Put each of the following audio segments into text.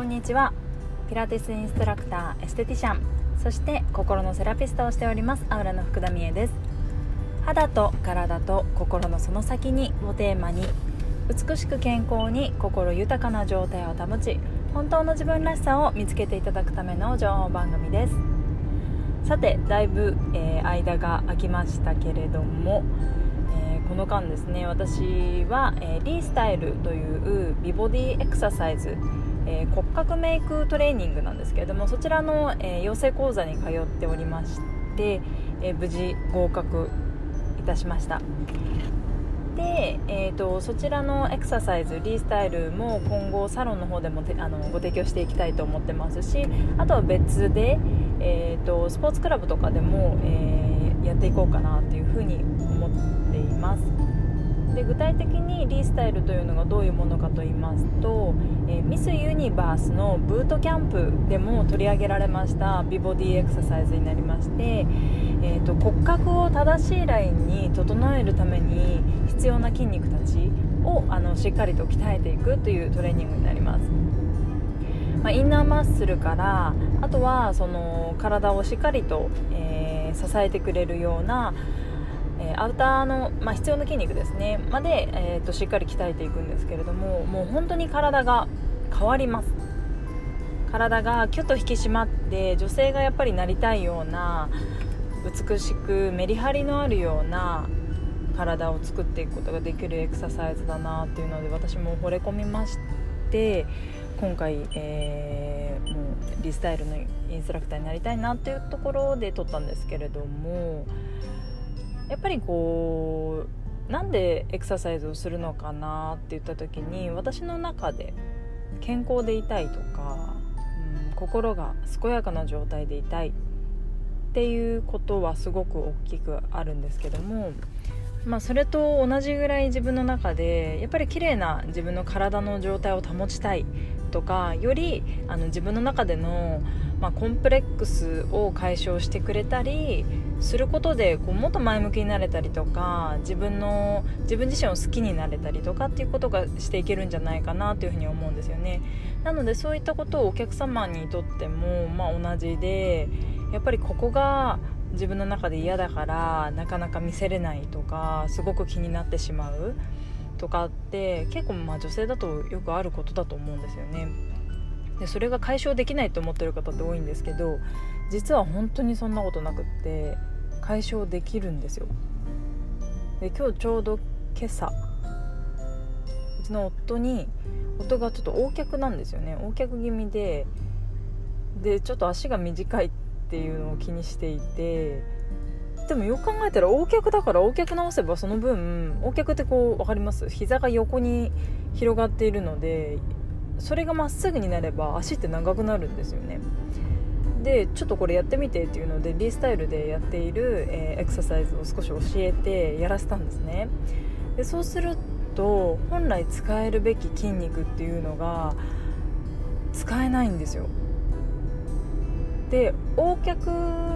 こんにちは。ピラティスインストラクター、エステティシャン、そして心のセラピストをしておりますアウラの福田美恵です。肌と体と心のその先にをテーマに、美しく健康に心豊かな状態を保ち、本当の自分らしさを見つけていただくための情報番組です。さて、だいぶ、間が空きましたけれども、この間ですね、私は、リースタイルという美ボディエクササイズ、骨格メイクトレーニングなんですけれども、そちらの、養成講座に通っておりまして、無事合格いたしました。で、そちらのエクササイズリースタイルも今後サロンの方でもご提供していきたいと思ってますし、あとは別で、スポーツクラブとかでも、やっていこうかなというふうに思っています。で、具体的にリースタイルというのがどういうものかと言いますと、ミスユニバースのブートキャンプでも取り上げられました美ボディエクササイズになりまして、骨格を正しいラインに整えるために必要な筋肉たちをしっかりと鍛えていくというトレーニングになります。インナーマッスルから、あとはその体をしっかりと、支えてくれるようなアウターの、必要な筋肉ですねまで、しっかり鍛えていくんですけれども、もう本当に体が変わります。体がキュッと引き締まって、女性がやっぱりなりたいような美しくメリハリのあるような体を作っていくことができるエクササイズだなっていうので、私も惚れ込みまして、今回、もうリスタイルのインストラクターになりたいなっていうところで撮ったんですけれども、やっぱりこうなんでエクササイズをするのかなって言った時に、私の中で健康でいたいとか、心が健やかな状態でいたいっていうことはすごく大きくあるんですけども、それと同じぐらい自分の中でやっぱり綺麗な自分の体の状態を保ちたいとか、より自分の中での、コンプレックスを解消してくれたりすることで、もっと前向きになれたりとか、自分自身を好きになれたりとかっていうことがしていけるんじゃないかなというふうに思うんですよね。なのでそういったことをお客様にとっても、同じで、やっぱりここが自分の中で嫌だからなかなか見せれないとか、すごく気になってしまうとかって結構女性だとよくあることだと思うんですよね。で、それが解消できないと思ってる方って多いんですけど、実は本当にそんなことなくって解消できるんですよ。で、今日ちょうど今朝、うちの夫がちょっと横脚なんですよね。横脚気味でちょっと足が短いっていうのを気にしていて、でもよく考えたら横脚だから、横脚直せばその分、横脚って分かります？膝が横に広がっているので、それがまっすぐになれば足って長くなるんですよね。で、ちょっとこれやってみてっていうので、リースタイルでやっている、エクササイズを少し教えてやらせたんですね。で、そうすると本来使えるべき筋肉っていうのが使えないんですよ。で、横脚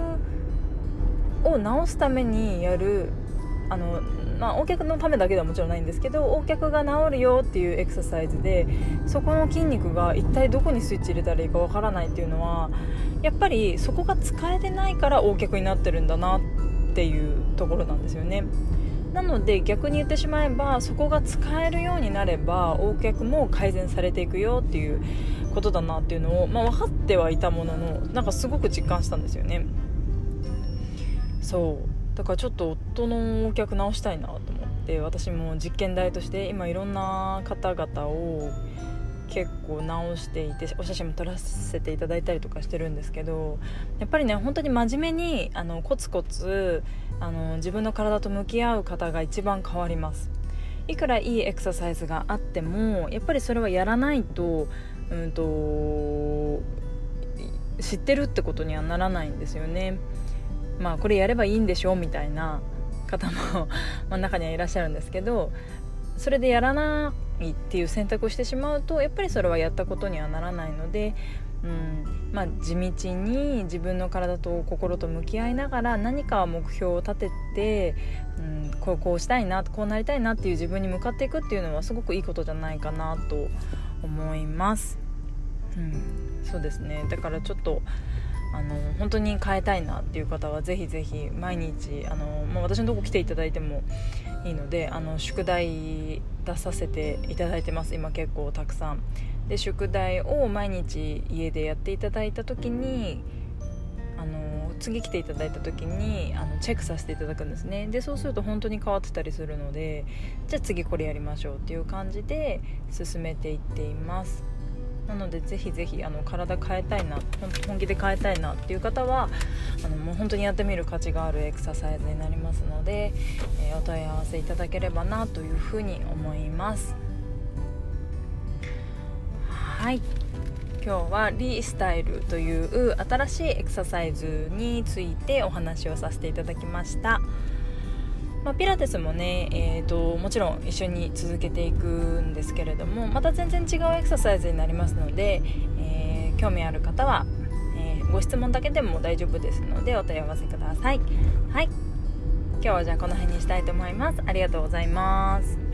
を直すためにやる横脚のためだけではもちろんないんですけど、横脚が治るよっていうエクササイズで、そこの筋肉が一体どこにスイッチ入れたらいいかわからないっていうのは、やっぱりそこが使えてないから横脚になってるんだなっていうところなんですよね。なので逆に言ってしまえば、そこが使えるようになれば横脚も改善されていくよっていうことだなっていうのを、分かってはいたものの、なんかすごく実感したんですよね。そうだから、ちょっと夫の横脚直したいなと思って、私も実験台として今いろんな方々を結構直していて、お写真も撮らせていただいたりとかしてるんですけど、やっぱりね、本当に真面目にコツコツ自分の体と向き合う方が一番変わります。いくらいいエクササイズがあっても、やっぱりそれはやらないと知ってるってことにはならないんですよね。これやればいいんでしょみたいな方も中にはいらっしゃるんですけど、それでやらないっていう選択をしてしまうと、やっぱりそれはやったことにはならないので、地道に自分の体と心と向き合いながら、何か目標を立てて、こうしたいな、こうなりたいなっていう自分に向かっていくっていうのはすごくいいことじゃないかなと思います。 そうですね。だからちょっと本当に変えたいなっていう方はぜひぜひ毎日私のとこ来ていただいてもいいので、宿題出させていただいてます。今結構たくさんで、宿題を毎日家でやっていただいた時に次来ていただいた時にチェックさせていただくんですね。でそうすると本当に変わってたりするので、じゃあ次これやりましょうっていう感じで進めていっています。なのでぜひぜひ体変えたいな、本気で変えたいなっていう方はもう本当にやってみる価値があるエクササイズになりますので、お問い合わせいただければなというふうに思います。はい、今日はリースタイルという新しいエクササイズについてお話をさせていただきました。ピラティスもね、もちろん一緒に続けていくんですけれども、また全然違うエクササイズになりますので、興味ある方は、ご質問だけでも大丈夫ですのでお問い合わせください。はい、今日はじゃあこの辺にしたいと思います。ありがとうございます。